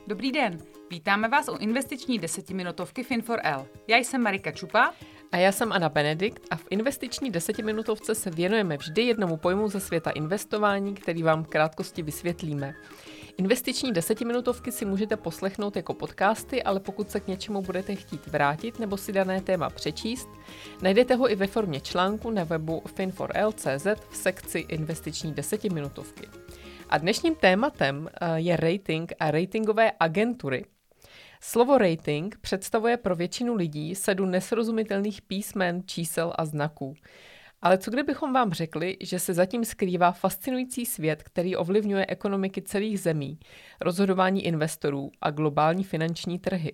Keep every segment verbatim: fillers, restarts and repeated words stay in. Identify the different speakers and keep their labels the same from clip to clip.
Speaker 1: Dobrý den, vítáme vás u investiční desetiminutovky Fin for L. Já jsem Marika Čupa.
Speaker 2: A já jsem Anna Benedikt a v investiční desetiminutovce se věnujeme vždy jednomu pojmu ze světa investování, který vám v krátkosti vysvětlíme. Investiční desetiminutovky si můžete poslechnout jako podcasty, ale pokud se k něčemu budete chtít vrátit nebo si dané téma přečíst, najdete ho i ve formě článku na webu fin for l tečka cé zet v sekci investiční desetiminutovky. A dnešním tématem je rating a ratingové agentury. Slovo rating představuje pro většinu lidí sadu nesrozumitelných písmen, čísel a znaků. Ale co kdybychom vám řekli, že se zatím skrývá fascinující svět, který ovlivňuje ekonomiky celých zemí, rozhodování investorů a globální finanční trhy?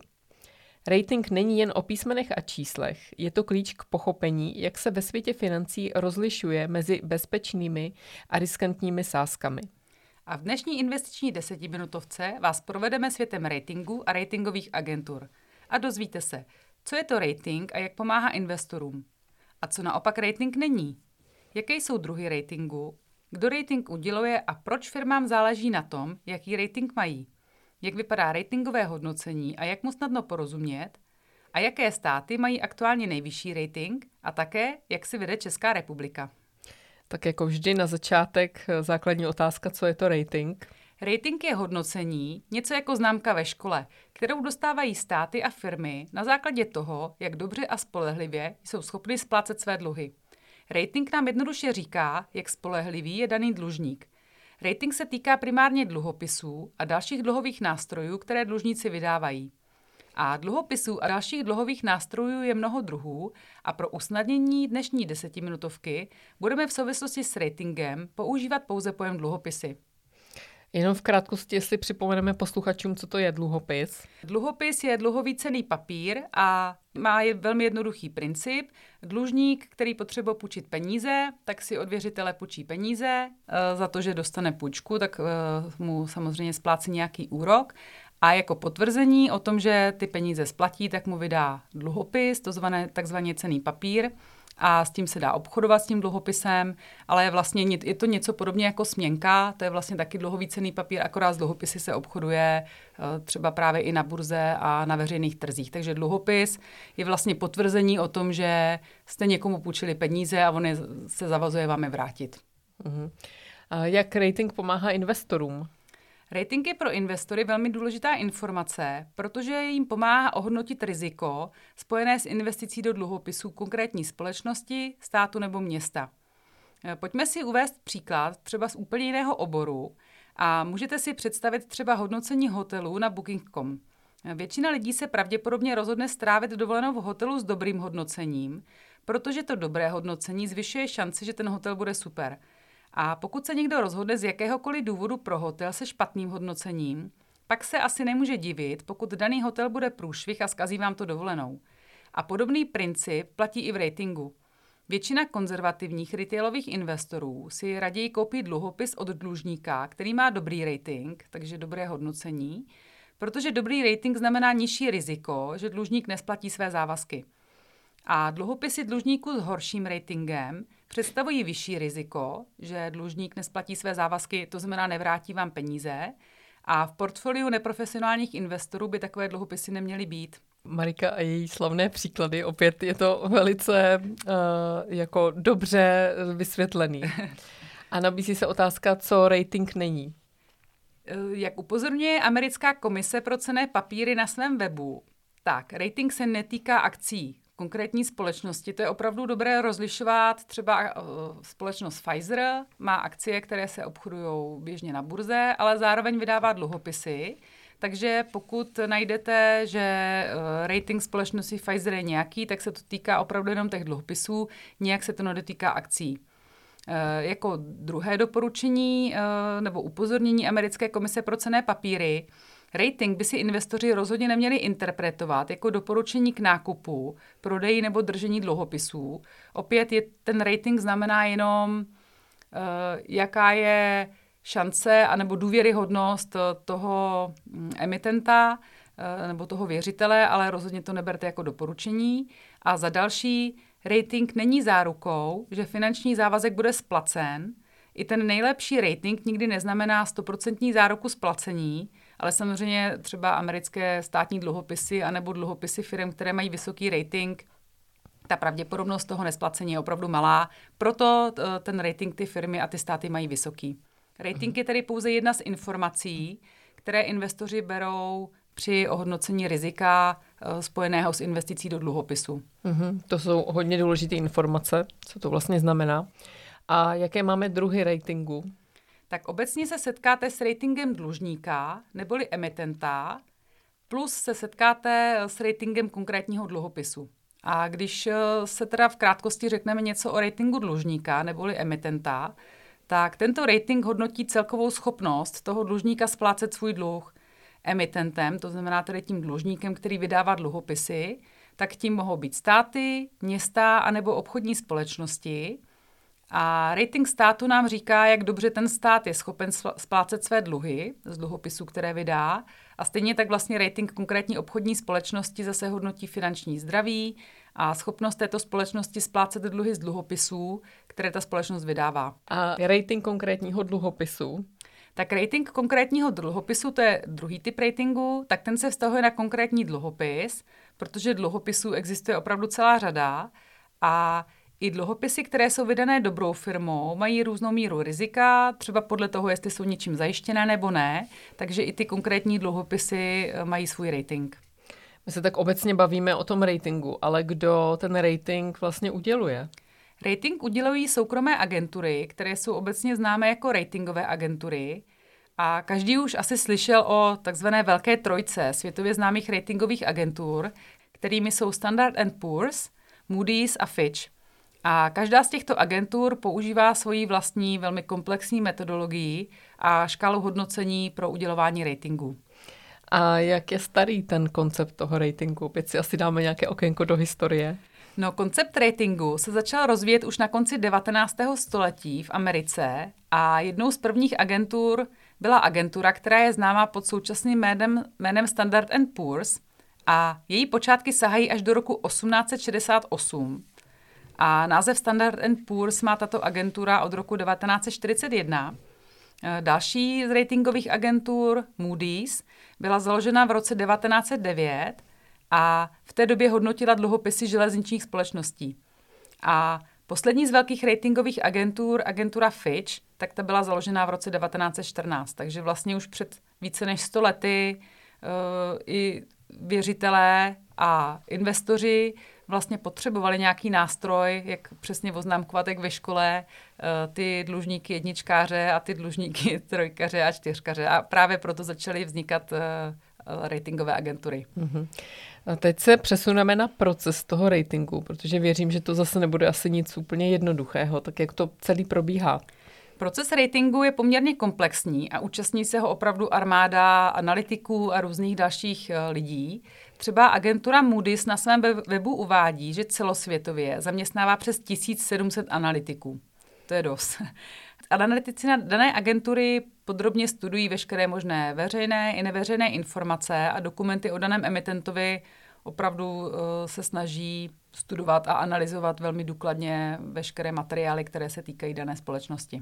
Speaker 2: Rating není jen o písmenech a číslech, je to klíč k pochopení, jak se ve světě financí rozlišuje mezi bezpečnými a riskantními sázkami.
Speaker 1: A v dnešní investiční desetiminutovce vás provedeme světem ratingu a ratingových agentur. A dozvíte se, co je to rating a jak pomáhá investorům. A co naopak rating není? Jaké jsou druhy ratingu? Kdo rating uděluje a proč firmám záleží na tom, jaký rating mají? Jak vypadá ratingové hodnocení a jak mu snadno porozumět? A jaké státy mají aktuálně nejvyšší rating? A také, jak si vede Česká republika?
Speaker 2: Tak jako vždy na začátek základní otázka, co je to rating?
Speaker 1: Rating je hodnocení, něco jako známka ve škole, kterou dostávají státy a firmy na základě toho, jak dobře a spolehlivě jsou schopny splácet své dluhy. Rating nám jednoduše říká, jak spolehlivý je daný dlužník. Rating se týká primárně dluhopisů a dalších dluhových nástrojů, které dlužníci vydávají. A dluhopisů a dalších dluhových nástrojů je mnoho druhů a pro usnadnění dnešní desetiminutovky budeme v souvislosti s ratingem používat pouze pojem dluhopisy.
Speaker 2: Jenom v krátkosti, jestli připomeneme posluchačům, co to je dluhopis.
Speaker 1: Dluhopis je dluhový cenný papír a má je velmi jednoduchý princip. Dlužník, který potřebuje půjčit peníze, tak si od věřitele půjčí peníze. E, za to, že dostane půjčku, tak e, mu samozřejmě splácí nějaký úrok. A jako potvrzení o tom, že ty peníze splatí, tak mu vydá dluhopis, to zvané takzvaně cenný papír. A s tím se dá obchodovat s tím dluhopisem, ale je vlastně je to něco podobně jako směnka, to je vlastně taky dluhový cenný papír, akorát z dluhopisy se obchoduje třeba právě i na burze a na veřejných trzích. Takže dluhopis je vlastně potvrzení o tom, že jste někomu půjčili peníze a on je, se zavazuje vám je vrátit.
Speaker 2: Uh-huh. A jak rating pomáhá investorům?
Speaker 1: Rating je pro investory velmi důležitá informace, protože jim pomáhá ohodnotit riziko spojené s investicí do dluhopisů konkrétní společnosti, státu nebo města. Pojďme si uvést příklad třeba z úplně jiného oboru a můžete si představit třeba hodnocení hotelů na booking tečka com. Většina lidí se pravděpodobně rozhodne strávit dovolenou v hotelu s dobrým hodnocením, protože to dobré hodnocení zvyšuje šanci, že ten hotel bude super. A pokud se někdo rozhodne z jakéhokoliv důvodu pro hotel se špatným hodnocením, pak se asi nemůže divit, pokud daný hotel bude průšvih a zkazí vám to dovolenou. A podobný princip platí i v ratingu. Většina konzervativních retailových investorů si raději koupí dluhopis od dlužníka, který má dobrý rating, takže dobré hodnocení, protože dobrý rating znamená nižší riziko, že dlužník nesplatí své závazky. A dluhopisy dlužníků s horším ratingem představují vyšší riziko, že dlužník nesplatí své závazky, to znamená nevrátí vám peníze. A v portfoliu neprofesionálních investorů by takové dluhopisy neměly být.
Speaker 2: Marika a její slavné příklady, opět je to velice uh, jako dobře vysvětlený. A nabízí se otázka, co rating není.
Speaker 1: Jak upozorňuje Americká komise pro cenné papíry na svém webu, tak rating se netýká akcí konkrétní společnosti. To je opravdu dobré rozlišovat. Třeba uh, společnost Pfizer má akcie, které se obchodují běžně na burze, ale zároveň vydává dluhopisy. Takže pokud najdete, že uh, rating společnosti Pfizer je nějaký, tak se to týká opravdu jenom těch dluhopisů, nějak se to nedotýká akcí. Uh, jako druhé doporučení uh, nebo upozornění Americké komise pro cenné papíry, rating by si investoři rozhodně neměli interpretovat jako doporučení k nákupu, prodeji nebo držení dluhopisů. Opět je, ten rating znamená jenom, uh, jaká je šance anebo důvěryhodnost toho emitenta uh, nebo toho věřitele, ale rozhodně to neberte jako doporučení. A za další, rating není zárukou, že finanční závazek bude splacen, I ten nejlepší rating nikdy neznamená stoprocentní záruku splacení, ale samozřejmě třeba americké státní dluhopisy anebo dluhopisy firm, které mají vysoký rating, ta pravděpodobnost toho nesplacení je opravdu malá, proto ten rating ty firmy a ty státy mají vysoký. Rating je tedy pouze jedna z informací, které investoři berou při ohodnocení rizika spojeného s investicí do dluhopisu.
Speaker 2: Mm-hmm. To jsou hodně důležité informace, co to vlastně znamená. A jaké máme druhy ratingu?
Speaker 1: Tak obecně se setkáte s ratingem dlužníka neboli emitenta, plus se setkáte s ratingem konkrétního dluhopisu. A když se teda v krátkosti řekneme něco o ratingu dlužníka neboli emitenta, tak tento rating hodnotí celkovou schopnost toho dlužníka splácet svůj dluh. Emitentem, to znamená tedy tím dlužníkem, který vydává dluhopisy, tak tím mohou být státy, města anebo obchodní společnosti. A rating státu nám říká, jak dobře ten stát je schopen splácet své dluhy z dluhopisů, které vydá. A stejně tak vlastně rating konkrétní obchodní společnosti zase hodnotí finanční zdraví a schopnost této společnosti splácet dluhy z dluhopisů, které ta společnost vydává.
Speaker 2: A rating konkrétního dluhopisu?
Speaker 1: Tak rating konkrétního dluhopisu, to je druhý typ ratingu, tak ten se vztahuje na konkrétní dluhopis, protože dluhopisů existuje opravdu celá řada a i dluhopisy, které jsou vydané dobrou firmou, mají různou míru rizika, třeba podle toho, jestli jsou něčím zajištěné nebo ne, takže i ty konkrétní dluhopisy mají svůj rating.
Speaker 2: My se tak obecně bavíme o tom ratingu, ale kdo ten rating vlastně uděluje?
Speaker 1: Rating udělují soukromé agentury, které jsou obecně známé jako ratingové agentury. A každý už asi slyšel o takzvané velké trojce světově známých ratingových agentur, kterými jsou Standard and Poor's, Moody's a Fitch. A každá z těchto agentur používá svoji vlastní velmi komplexní metodologii a škálu hodnocení pro udělování ratingu.
Speaker 2: A jak je starý ten koncept toho ratingu? Opět si asi dáme nějaké okénko do historie.
Speaker 1: No, koncept ratingu se začal rozvíjet už na konci devatenáctého století v Americe a jednou z prvních agentur byla agentura, která je známá pod současným jménem, jménem Standard and Poor's a její počátky sahají až do roku osmnáct set šedesát osm. A název Standard and Poor's má tato agentura od roku devatenáct set čtyřicet jedna. Další z ratingových agentur, Moody's, byla založena v roce devatenáct set devět a v té době hodnotila dluhopisy železničních společností. A poslední z velkých ratingových agentur, agentura Fitch, tak ta byla založena v roce devatenáct set čtrnáct. Takže vlastně už před více než sto lety uh, i věřitelé a investoři vlastně potřebovali nějaký nástroj, jak přesně oznámkovat, jak ve škole, ty dlužníky jedničkáře a ty dlužníky trojkaře a čtyřkaře. A právě proto začaly vznikat ratingové agentury.
Speaker 2: Uh-huh. A teď se přesuneme na proces toho ratingu, protože věřím, že to zase nebude asi nic úplně jednoduchého. Tak jak to celý probíhá?
Speaker 1: Proces ratingu je poměrně komplexní a účastní se ho opravdu armáda analytiků a různých dalších lidí. Třeba agentura Moody's na svém webu uvádí, že celosvětově zaměstnává přes tisíc sedm set analytiků. To je dost. Analytici na dané agentury podrobně studují veškeré možné veřejné i neveřejné informace a dokumenty o daném emitentovi opravdu uh, se snaží studovat a analyzovat velmi důkladně veškeré materiály, které se týkají dané společnosti.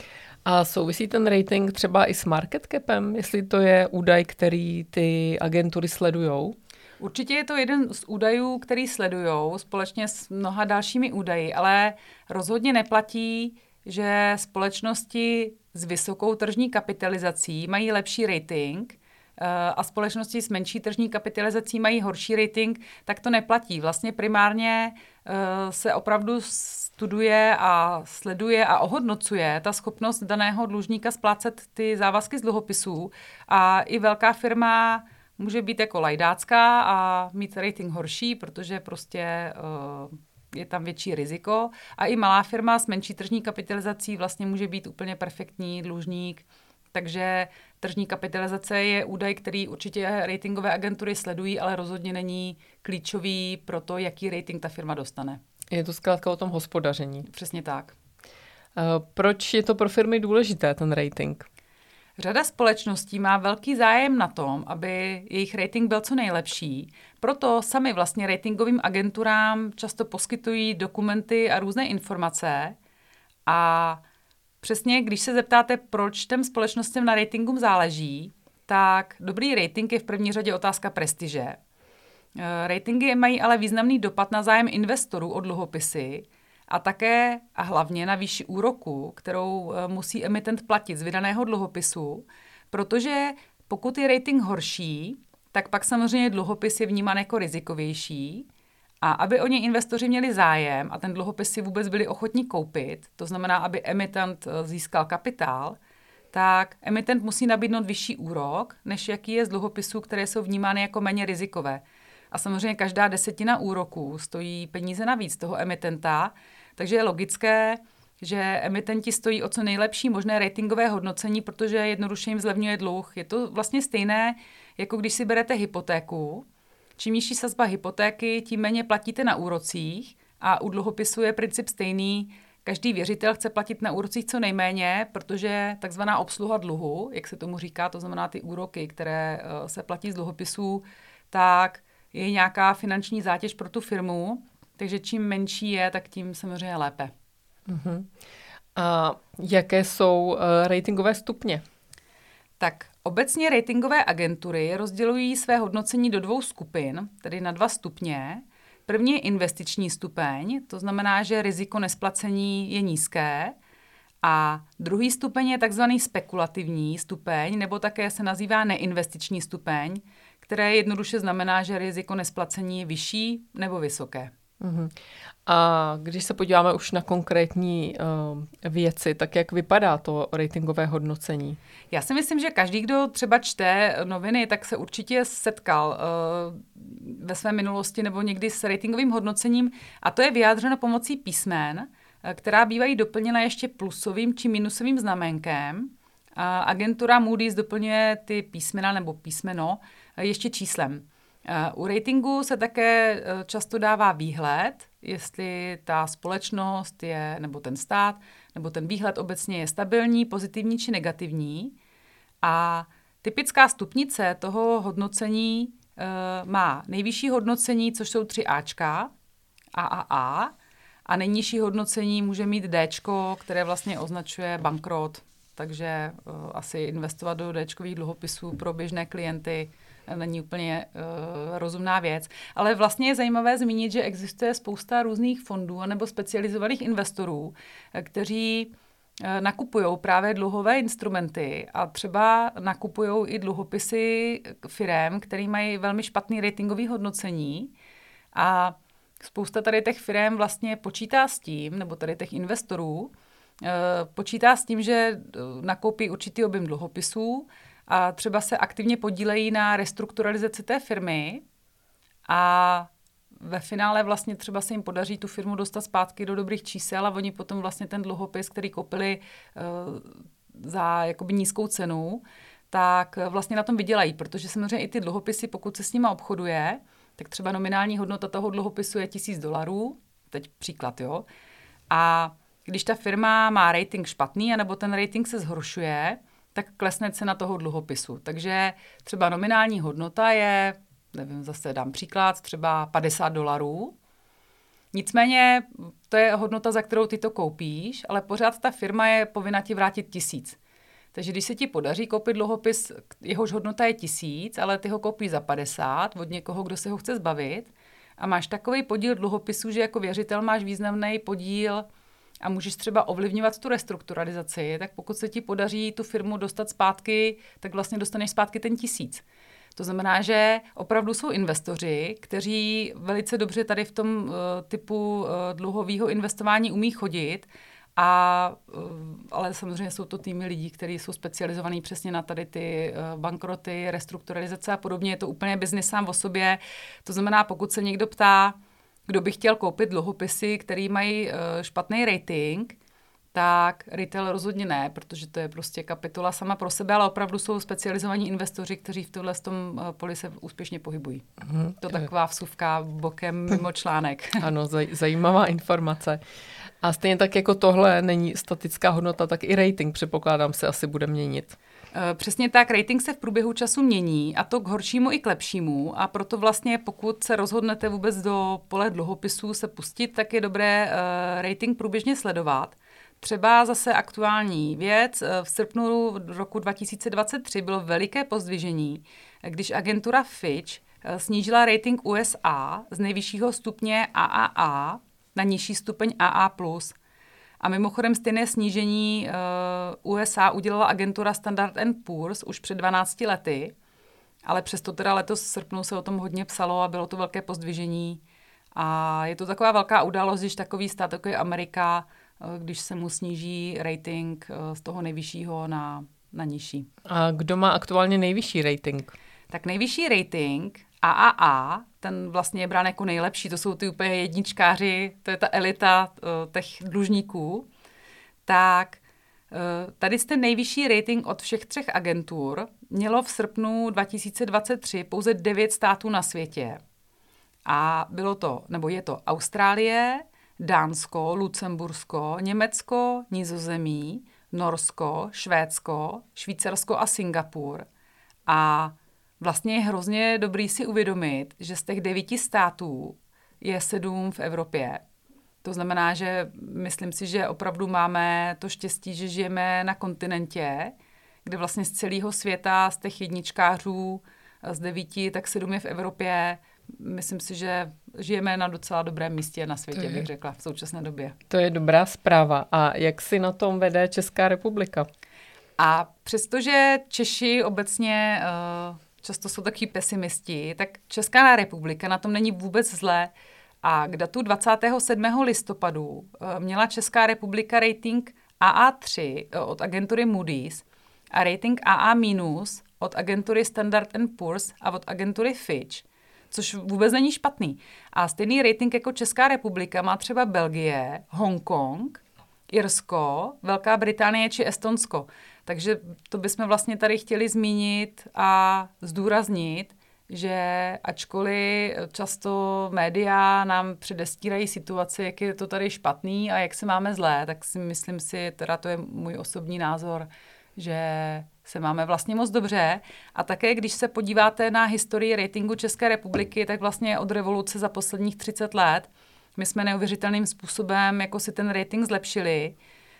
Speaker 2: A souvisí ten rating třeba i s market capem, jestli to je údaj, který ty agentury sledujou?
Speaker 1: Určitě je to jeden z údajů, který sledujou společně s mnoha dalšími údaji, ale rozhodně neplatí, že společnosti s vysokou tržní kapitalizací mají lepší rating a společnosti s menší tržní kapitalizací mají horší rating, tak to neplatí. Vlastně primárně se opravdu studuje a sleduje a ohodnocuje ta schopnost daného dlužníka splácet ty závazky z dluhopisů a i velká firma může být jako lajdácká a mít rating horší, protože prostě uh, je tam větší riziko. A i malá firma s menší tržní kapitalizací vlastně může být úplně perfektní dlužník. Takže tržní kapitalizace je údaj, který určitě ratingové agentury sledují, ale rozhodně není klíčový pro to, jaký rating ta firma dostane.
Speaker 2: Je to zkrátka o tom hospodaření.
Speaker 1: Přesně tak.
Speaker 2: Uh, proč je to pro firmy důležité, ten rating?
Speaker 1: Řada společností má velký zájem na tom, aby jejich rating byl co nejlepší. Proto sami vlastně ratingovým agenturám často poskytují dokumenty a různé informace a přesně, když se zeptáte, proč těm společnostem na ratingu záleží, tak dobrý rating je v první řadě otázka prestiže. Ratingy mají ale významný dopad na zájem investorů o dluhopisy a také a hlavně na výši úroku, kterou musí emitent platit z vydaného dluhopisu, protože pokud je rating horší, tak pak samozřejmě dluhopis je vnímán jako rizikovější a aby o něj investoři měli zájem a ten dluhopis si vůbec byli ochotní koupit, to znamená, aby emitent získal kapitál, tak emitent musí nabídnout vyšší úrok, než jaký je z dluhopisů, které jsou vnímány jako méně rizikové. A samozřejmě každá desetina úroků stojí peníze navíc toho emitenta, takže je logické, že emitenti stojí o co nejlepší možné ratingové hodnocení, protože jednoduše jim zlevňuje dluh. Je to vlastně stejné, jako když si berete hypotéku. Čím nižší sazba hypotéky, tím méně platíte na úrocích a u dluhopisu je princip stejný. Každý věřitel chce platit na úrocích co nejméně, protože takzvaná obsluha dluhu, jak se tomu říká, to znamená ty úroky, které se platí z dluhopisů, tak je nějaká finanční zátěž pro tu firmu, takže čím menší je, tak tím samozřejmě lépe.
Speaker 2: Uh-huh. A jaké jsou uh, ratingové stupně?
Speaker 1: Tak obecně ratingové agentury rozdělují své hodnocení do dvou skupin, tedy na dva stupně. První je investiční stupeň, to znamená, že riziko nesplacení je nízké. A druhý stupeň je takzvaný spekulativní stupeň, nebo také se nazývá neinvestiční stupeň, které jednoduše znamená, že riziko nesplacení je vyšší nebo vysoké.
Speaker 2: Uhum. A když se podíváme už na konkrétní uh, věci, tak jak vypadá to ratingové hodnocení?
Speaker 1: Já si myslím, že každý, kdo třeba čte noviny, tak se určitě setkal uh, ve své minulosti nebo někdy s ratingovým hodnocením a to je vyjádřeno pomocí písmen, která bývají doplněna ještě plusovým či minusovým znaménkem. A agentura Moody's doplňuje ty písmena nebo písmeno ještě číslem. U ratingu se také často dává výhled, jestli ta společnost je, nebo ten stát, nebo ten výhled obecně je stabilní, pozitivní či negativní. A typická stupnice toho hodnocení e, má nejvyšší hodnocení, což jsou tři Ačka, A A A, a nejnižší hodnocení může mít Dčko, které vlastně označuje bankrot. Takže uh, asi investovat do Dčkových dluhopisů pro běžné klienty není úplně uh, rozumná věc. Ale vlastně je zajímavé zmínit, že existuje spousta různých fondů nebo specializovaných investorů, kteří uh, nakupují právě dluhové instrumenty a třeba nakupují i dluhopisy firem, které mají velmi špatný ratingový hodnocení. A spousta tady těch firem vlastně počítá s tím, nebo tady těch investorů, počítá s tím, že nakoupí určitý objem dluhopisů a třeba se aktivně podílejí na restrukturalizaci té firmy a ve finále vlastně třeba se jim podaří tu firmu dostat zpátky do dobrých čísel a oni potom vlastně ten dluhopis, který koupili za jakoby nízkou cenu, tak vlastně na tom vydělají, protože samozřejmě i ty dluhopisy, pokud se s nima obchoduje, tak třeba nominální hodnota toho dluhopisu je tisíc dolarů, teď příklad, jo, a když ta firma má rating špatný, anebo ten rating se zhoršuje, tak klesne cena toho dluhopisu. Takže třeba nominální hodnota je, nevím, zase dám příklad, třeba padesát dolarů. Nicméně to je hodnota, za kterou ty to koupíš, ale pořád ta firma je povinna ti vrátit tisíc. Takže když se ti podaří koupit dluhopis, jehož hodnota je tisíc, ale ty ho koupíš za padesát od někoho, kdo se ho chce zbavit a máš takový podíl dluhopisů, že jako věřitel máš významný podíl a můžeš třeba ovlivňovat tu restrukturalizaci, tak pokud se ti podaří tu firmu dostat zpátky, tak vlastně dostaneš zpátky ten tisíc. To znamená, že opravdu jsou investoři, kteří velice dobře tady v tom uh, typu uh, dluhového investování umí chodit, a, uh, ale samozřejmě jsou to týmy lidí, kteří jsou specializovaní přesně na tady ty uh, bankroty, restrukturalizace a podobně. Je to úplně biznis sám o sobě. To znamená, pokud se někdo ptá, kdo by chtěl koupit dluhopisy, které mají uh, špatný rating, tak retail rozhodně ne, protože to je prostě kapitola sama pro sebe, ale opravdu jsou specializovaní investoři, kteří v tomhle tom uh, poli se úspěšně pohybují. Mm-hmm. To taková vsuvka bokem mimo článek.
Speaker 2: Ano, zaj- zajímavá informace. A stejně tak jako tohle není statická hodnota, tak i rating, předpokládám, se asi bude měnit.
Speaker 1: Přesně tak, rating se v průběhu času mění a to k horšímu i k lepšímu a proto vlastně pokud se rozhodnete vůbec do pole dluhopisů se pustit, tak je dobré uh, rating průběžně sledovat. Třeba zase aktuální věc. V srpnu roku dva tisíce dvacet tři bylo veliké pozdvižení, když agentura Fitch snížila rating U S A z nejvyššího stupně A A A na nižší stupeň A A plus. A mimochodem stejné snížení uh, U S A udělala agentura Standard and Poor's už před dvanácti lety, ale přesto teda letos v srpnu se o tom hodně psalo a bylo to velké pozdvižení. A je to taková velká událost, když takový stát, jako je Amerika, uh, když se mu sníží rating uh, z toho nejvyššího na, na nižší.
Speaker 2: A kdo má aktuálně nejvyšší rating?
Speaker 1: Tak nejvyšší rating A A A, ten vlastně je brán jako nejlepší, to jsou ty úplně jedničkáři, to je ta elita uh, těch dlužníků. Tak uh, tady jste nejvyšší rating od všech třech agentur mělo v srpnu dva tisíce dvacet tři pouze devět států na světě. A bylo to, nebo je to Austrálie, Dánsko, Lucembursko, Německo, Nizozemí, Norsko, Švédsko, Švýcarsko a Singapur. A vlastně je hrozně dobrý si uvědomit, že z těch devíti států je sedm v Evropě. To znamená, že myslím si, že opravdu máme to štěstí, že žijeme na kontinentě, kde vlastně z celého světa, z těch jedničkářů, z devíti, tak sedm je v Evropě. Myslím si, že žijeme na docela dobrém místě na světě, bych řekla, v současné době.
Speaker 2: To je dobrá zpráva. A jak si na tom vede Česká republika?
Speaker 1: A přestože Češi obecně uh, často jsou taky pesimisti, tak Česká republika na tom není vůbec zlé. A k datu dvacátého sedmého listopadu uh, měla Česká republika rating A A tři uh, od agentury Moody's a rating A A minus od agentury Standard and Poor's a od agentury Fitch, což vůbec není špatný. A stejný rating jako Česká republika má třeba Belgie, Hongkong, Irsko, Velká Británie či Estonsko. Takže to bychom vlastně tady chtěli zmínit a zdůraznit, že ačkoliv často média nám předestírají situaci, jak je to tady špatný a jak se máme zlé, tak si myslím si, teda to je můj osobní názor, že se máme vlastně moc dobře. A také, když se podíváte na historii ratingu České republiky, tak vlastně od revoluce za posledních třicet let my jsme neuvěřitelným způsobem jako si ten rating zlepšili.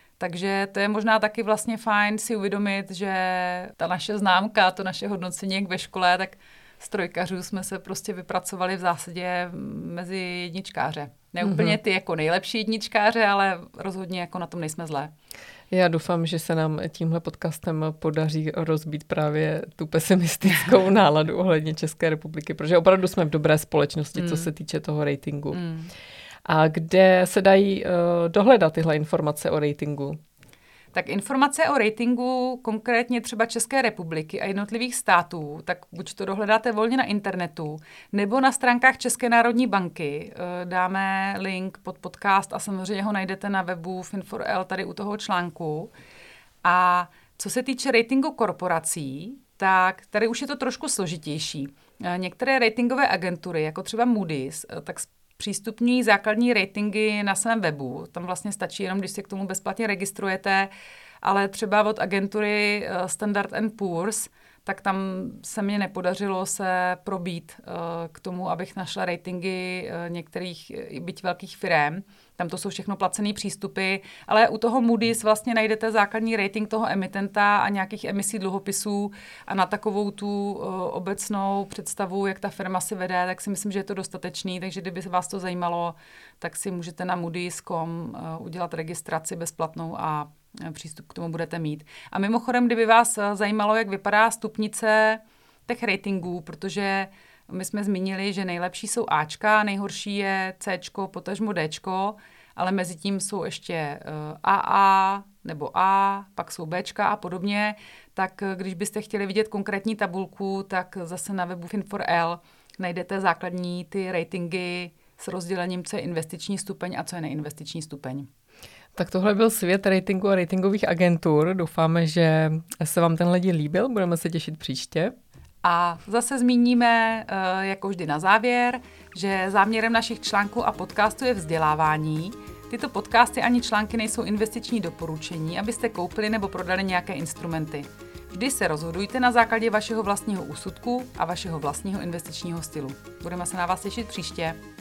Speaker 1: Takže to je možná taky vlastně fajn si uvědomit, že ta naše známka, to naše hodnocení jak ve škole, tak z trojkařů jsme se prostě vypracovali v zásadě mezi jedničkáře. Ne úplně ty jako nejlepší jedničkáře, ale rozhodně jako na tom nejsme zlé.
Speaker 2: Já doufám, že se nám tímhle podcastem podaří rozbít právě tu pesimistickou náladu ohledně České republiky, protože opravdu jsme v dobré společnosti, mm. co se týče toho ratingu. Mm. A kde se dají uh, dohledat tyhle informace o ratingu?
Speaker 1: Tak informace o ratingu konkrétně třeba České republiky a jednotlivých států, tak buď to dohledáte volně na internetu, nebo na stránkách České národní banky. Dáme link pod podcast a samozřejmě ho najdete na webu Fin four L tady u toho článku. A co se týče ratingu korporací, tak tady už je to trošku složitější. Některé ratingové agentury, jako třeba Moody's, tak přístupní základní ratingy na svém webu. Tam vlastně stačí jenom, když se k tomu bezplatně registrujete, ale třeba od agentury Standard and Poor's, tak tam se mně nepodařilo se probít k tomu, abych našla ratingy některých, byť velkých firem. Tam to jsou všechno placené přístupy, ale u toho Moody's vlastně najdete základní rating toho emitenta a nějakých emisí dluhopisů a na takovou tu obecnou představu, jak ta firma si vede, tak si myslím, že je to dostatečný, takže kdyby vás to zajímalo, tak si můžete na moodys tečka com udělat registraci bezplatnou a přístup k tomu budete mít. A mimochodem, kdyby vás zajímalo, jak vypadá stupnice těch ratingů, protože my jsme zmínili, že nejlepší jsou Ačka, nejhorší je Cčko, potažmo Dčko, ale mezi tím jsou ještě A A nebo A, pak jsou Bčka a podobně. Tak když byste chtěli vidět konkrétní tabulku, tak zase na webu Fin four L najdete základní ty ratingy s rozdělením, co je investiční stupeň a co je neinvestiční stupeň.
Speaker 2: Tak tohle byl svět ratingu a ratingových agentur. Doufáme, že se vám tenhle díl líbil. Budeme se těšit příště.
Speaker 1: A zase zmíníme, jako vždy na závěr, že záměrem našich článků a podcastů je vzdělávání. Tyto podcasty ani články nejsou investiční doporučení, abyste koupili nebo prodali nějaké instrumenty. Vždy se rozhodujte na základě vašeho vlastního úsudku a vašeho vlastního investičního stylu. Budeme se na vás těšit příště.